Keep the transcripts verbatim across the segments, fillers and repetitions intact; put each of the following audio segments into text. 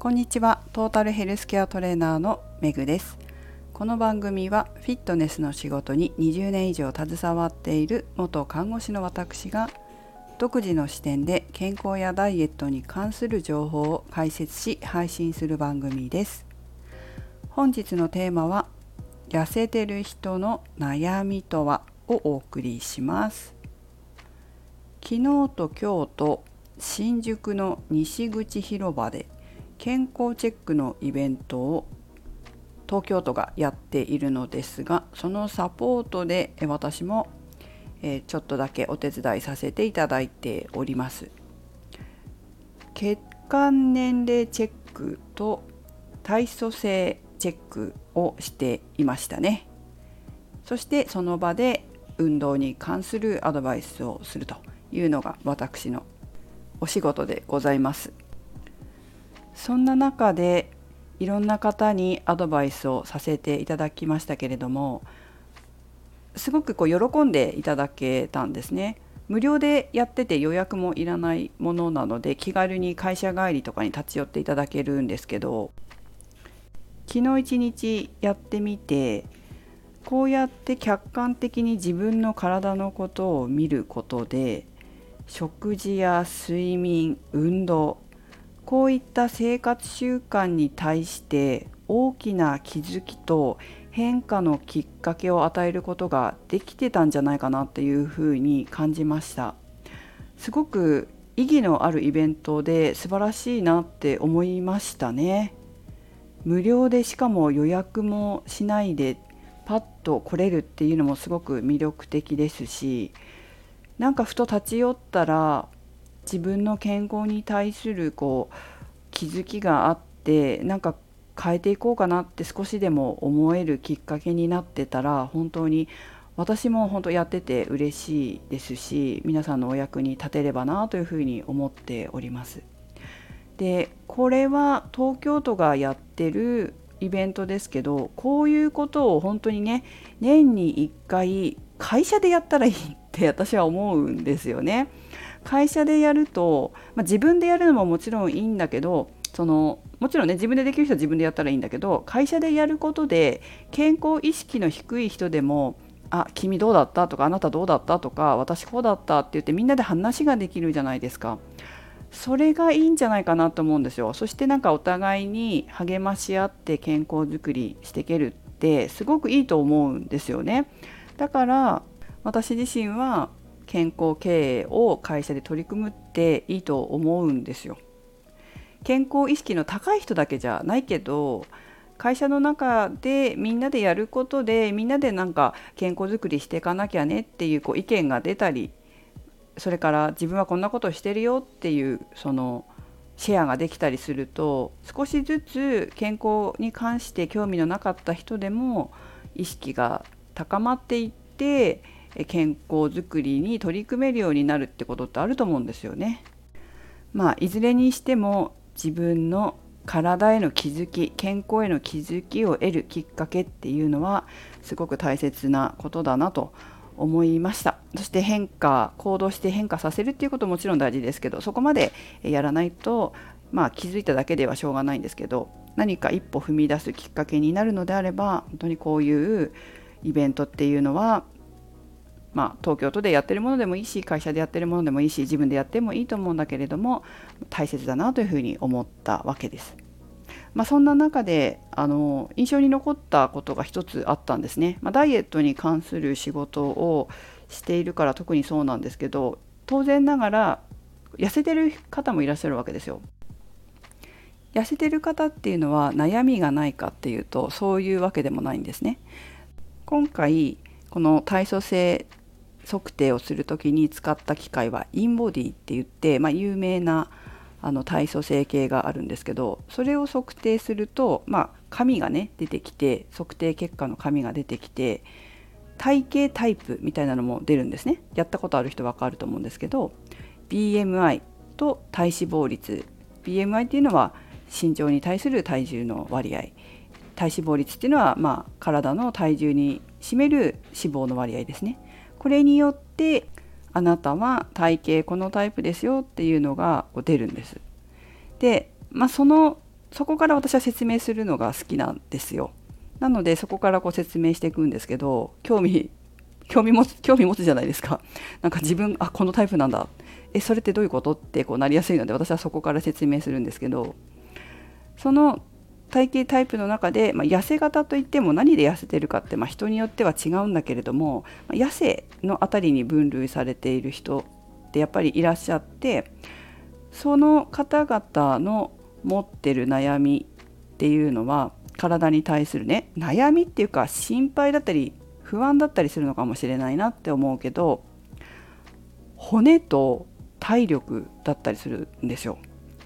こんにちは。トータルヘルスケアトレーナーのめぐです。この番組はフィットネスの仕事ににじゅうねん以上携わっている元看護師の私が独自の視点で健康やダイエットに関する情報を解説し配信する番組です。本日のテーマは痩せてる人の悩みとはをお送りします。昨日と今日と新宿の西口広場で健康チェックのイベントを東京都がやっているのですが、そのサポートで私もちょっとだけお手伝いさせていただいております。血管年齢チェックと体組成チェックをしていましたね。そしてその場で運動に関するアドバイスをするというのが私のお仕事でございます。そんな中でいろんな方にアドバイスをさせていただきましたけれども、すごくこう喜んでいただけたんですね。無料でやってて予約もいらないものなので、気軽に会社帰りとかに立ち寄っていただけるんですけど、昨日一日やってみて、こうやって客観的に自分の体のことを見ることで、食事や睡眠、運動、こういった生活習慣に対して大きな気づきと変化のきっかけを与えることができてたんじゃないかなっていうふうに感じました。すごく意義のあるイベントで素晴らしいなって思いましたね。無料で、しかも予約もしないでパッと来れるっていうのもすごく魅力的ですし、なんかふと立ち寄ったら自分の健康に対するこう気づきがあって、なんか変えていこうかなって少しでも思えるきっかけになってたら、本当に私も本当やってて嬉しいですし、皆さんのお役に立てればなというふうに思っております。で、これは東京都がやってるイベントですけど、こういうことを本当にね、年にいっかい会社でやったらいいって私は思うんですよね。会社でやると、まあ、自分でやるのももちろんいいんだけど、そのもちろんね、自分でできる人は自分でやったらいいんだけど、会社でやることで健康意識の低い人でも、あ、君どうだったとか、あなたどうだったとか、私こうだったって言ってみんなで話ができるじゃないですか。それがいいんじゃないかなと思うんですよ。そしてなんかお互いに励まし合って健康づくりしていけるってすごくいいと思うんですよね。だから私自身は健康経営を会社で取り組むっていいと思うんですよ。健康意識の高い人だけじゃないけど、会社の中でみんなでやることで、みんなでなんか健康づくりしていかなきゃねっていう、こう意見が出たり、それから自分はこんなことをしてるよっていうそのシェアができたりすると、少しずつ健康に関して興味のなかった人でも意識が高まっていって、健康づくりに取り組めるようになるってことってあると思うんですよね。まあいずれにしても自分の体への気づき、健康への気づきを得るきっかけっていうのはすごく大切なことだなと思いました。そして変化、行動して変化させるっていうことももちろん大事ですけど、そこまでやらないと、まあ気づいただけではしょうがないんですけど、何か一歩踏み出すきっかけになるのであれば、本当にこういうイベントっていうのは、まあ東京都でやってるものでもいいし、会社でやってるものでもいいし、自分でやってもいいと思うんだけれども、大切だなというふうに思ったわけです。まあ、そんな中であの印象に残ったことが一つあったんですね。まあ、ダイエットに関する仕事をしているから特にそうなんですけど、当然ながら痩せてる方もいらっしゃるわけですよ。痩せてる方っていうのは悩みがないかっていうと、そういうわけでもないんですね。今回この体組成測定をするときに使った機械はインボディって言って、まあ、有名なあの体組成計があるんですけど、それを測定すると、まあ、紙がね出てきて、測定結果の紙が出てきて、体型タイプみたいなのも出るんですね。やったことある人分かると思うんですけど、 ビーエムアイ と体脂肪率、 ビーエムアイ っていうのは身長に対する体重の割合、体脂肪率っていうのは、まあ、体の体重に占める脂肪の割合ですね。これによってあなたは体型このタイプですよっていうのが出るんです。で、まあ、そのそこから私は説明するのが好きなんですよ。なのでそこからこう説明していくんですけど、興味興味持つ興味持つじゃないですか。なんか自分あこのタイプなんだ、えそれってどういうことってこうなりやすいので、私はそこから説明するんですけど、その体型タイプの中で、まあ、痩せ型といっても何で痩せてるかって、まあ、人によっては違うんだけれども、まあ、痩せのあたりに分類されている人ってやっぱりいらっしゃって、その方々の持ってる悩みっていうのは体に対するね悩みっていうか心配だったり不安だったりするのかもしれないなって思うけど、骨と体力だったりするんですよ。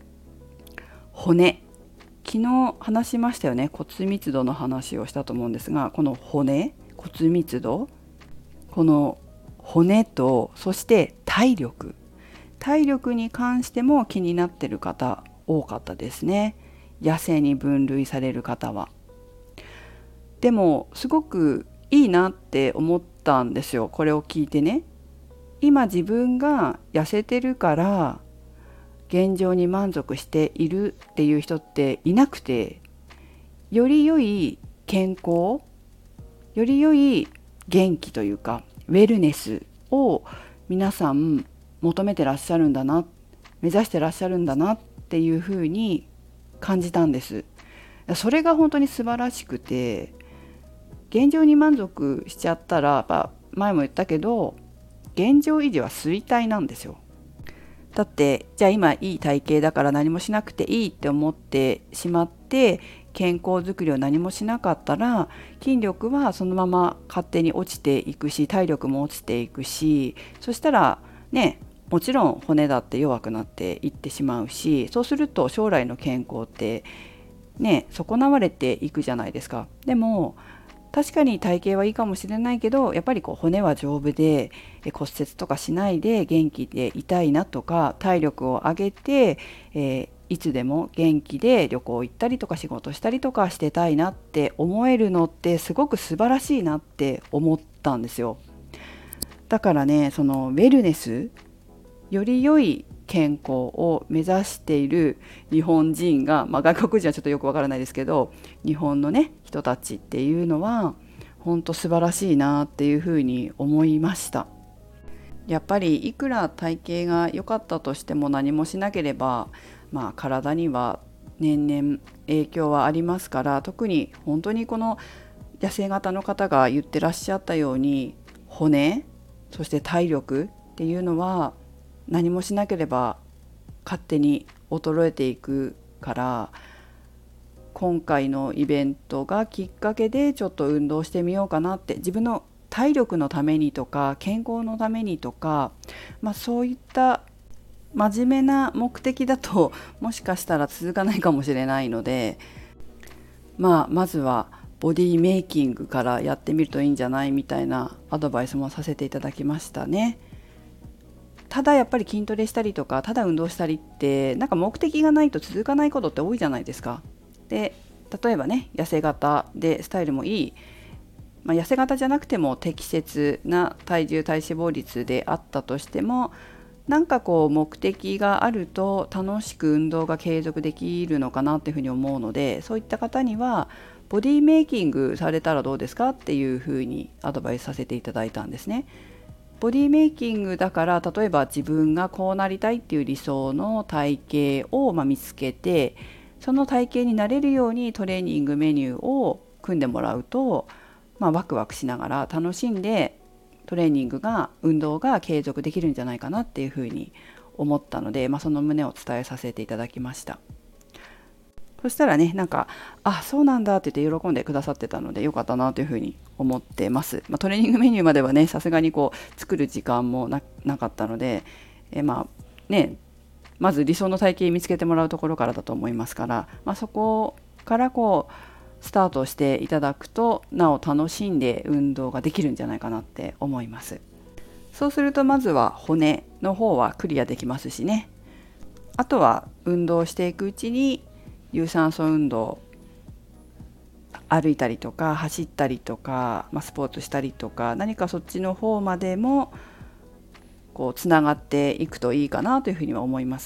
骨、昨日話しましたよね。骨密度の話をしたと思うんですが、この骨、骨密度、この骨とそして体力、体力に関しても気になってる方多かったですね。痩せに分類される方は。でもすごくいいなって思ったんですよ、これを聞いてね。今自分が痩せてるから現状に満足しているっていう人っていなくて、より良い健康、より良い元気というかウェルネスを皆さん求めてらっしゃるんだな、目指してらっしゃるんだなっていうふうに感じたんです。それが本当に素晴らしくて、現状に満足しちゃったら、まあ、前も言ったけど現状維持は衰退なんですよ。だってじゃあ今いい体型だから何もしなくていいって思ってしまって健康づくりを何もしなかったら、筋力はそのまま勝手に落ちていくし、体力も落ちていくし、そしたらね、もちろん骨だって弱くなっていってしまうし、そうすると将来の健康ってね損なわれていくじゃないですか。でも確かに体型はいいかもしれないけど、やっぱりこう骨は丈夫で骨折とかしないで元気でいたいなとか、体力を上げて、えー、いつでも元気で旅行行ったりとか仕事したりとかしてたいなって思えるのってすごく素晴らしいなって思ったんですよ。だからね、そのウェルネス、より良い健康を目指している日本人が、まあ、外国人はちょっとよくわからないですけど、日本のね人たちっていうのは本当素晴らしいなっていうふうに思いました。やっぱりいくら体型が良かったとしても何もしなければ、まあ、体には年々影響はありますから、特に本当にこの痩せ型の方が言ってらっしゃったように骨、そして体力っていうのは何もしなければ勝手に衰えていくから、今回のイベントがきっかけでちょっと運動してみようかなって、自分の体力のためにとか健康のためにとか、まあ、そういった真面目な目的だともしかしたら続かないかもしれないので、まあ、まずはボディメイキングからやってみるといいんじゃないみたいなアドバイスもさせていただきましたね。ただやっぱり筋トレしたりとかただ運動したりってなんか目的がないと続かないことって多いじゃないですか。で例えばね、痩せ型でスタイルもいい、まあ、痩せ型じゃなくても適切な体重体脂肪率であったとしても、なんかこう目的があると楽しく運動が継続できるのかなっていうふうに思うので、そういった方にはボディメイキングされたらどうですかっていうふうにアドバイスさせていただいたんですね。ボディメイキングだから、例えば自分がこうなりたいっていう理想の体型をまあ見つけて、その体型になれるようにトレーニングメニューを組んでもらうと、まあ、ワクワクしながら楽しんでトレーニングが運動が継続できるんじゃないかなっていうふうに思ったので、まあ、その旨を伝えさせていただきました。そしたらね、なんかあそうなんだって言って喜んでくださってたのでよかったなというふうに思ってます。まあ、トレーニングメニューまではねさすがにこう作る時間も な, なかったので、えまあねまず理想の体型見つけてもらうところからだと思いますから、まあ、そこからこうスタートしていただくとなお楽しんで運動ができるんじゃないかなって思います。そうするとまずは骨の方はクリアできますしね、あとは運動していくうちに有酸素運動、歩いたりとか走ったりとか、まあ、スポーツしたりとか、何かそっちの方までもこうつながっていくといいかなというふうには思います。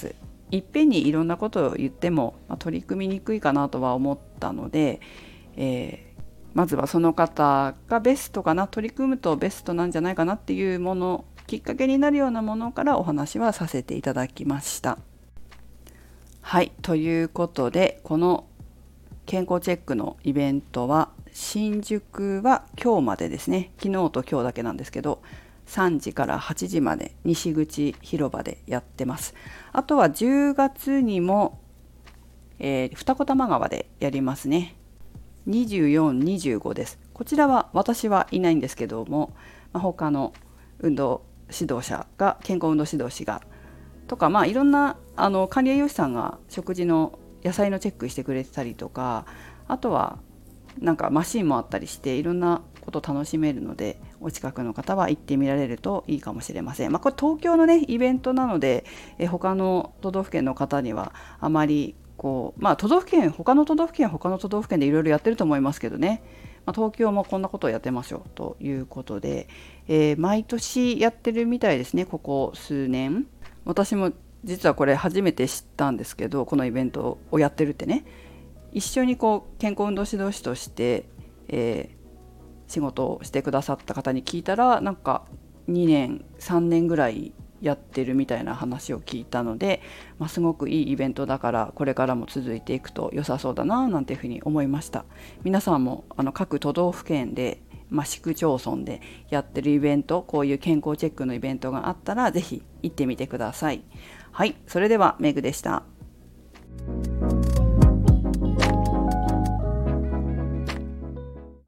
いっぺんにいろんなことを言っても、まあ、取り組みにくいかなとは思ったので、えー、まずはその方がベストかな、取り組むとベストなんじゃないかなっていうもの、きっかけになるようなものからお話はさせていただきました。はい、ということでこの健康チェックのイベントは新宿は今日までですね。昨日と今日だけなんですけど、さんじからはちじまで西口広場でやってます。あとはじゅうがつにも、えー、二子玉川でやりますね。にじゅうよん、にじゅうごです。こちらは私はいないんですけども、まあ、他の運動指導者が、健康運動指導士がとか、まあいろんなあの管理栄養士さんが食事の野菜のチェックしてくれてたりとか、あとはなんかマシンもあったりして、いろんなことを楽しめるので、お近くの方は行ってみられるといいかもしれません。まあこれ東京のねイベントなので、え他の都道府県の方にはあまりこう、まあ都道府県他の都道府県他の都道府県でいろいろやってると思いますけどね、まあ、東京もこんなことをやってましょうということで、えー、毎年やってるみたいですね、ここ数年。私も実はこれ初めて知ったんですけど、このイベントをやってるってね、一緒にこう健康運動指導士として、えー、仕事をしてくださった方に聞いたら、なんかにねんさんねんぐらいやってるみたいな話を聞いたので、まあ、すごくいいイベントだからこれからも続いていくと良さそうだななんていうふうに思いました。皆さんもあの各都道府県で、まあ、市区町村でやってるイベント、こういう健康チェックのイベントがあったらぜひ行ってみてください。はい、それではメグでした。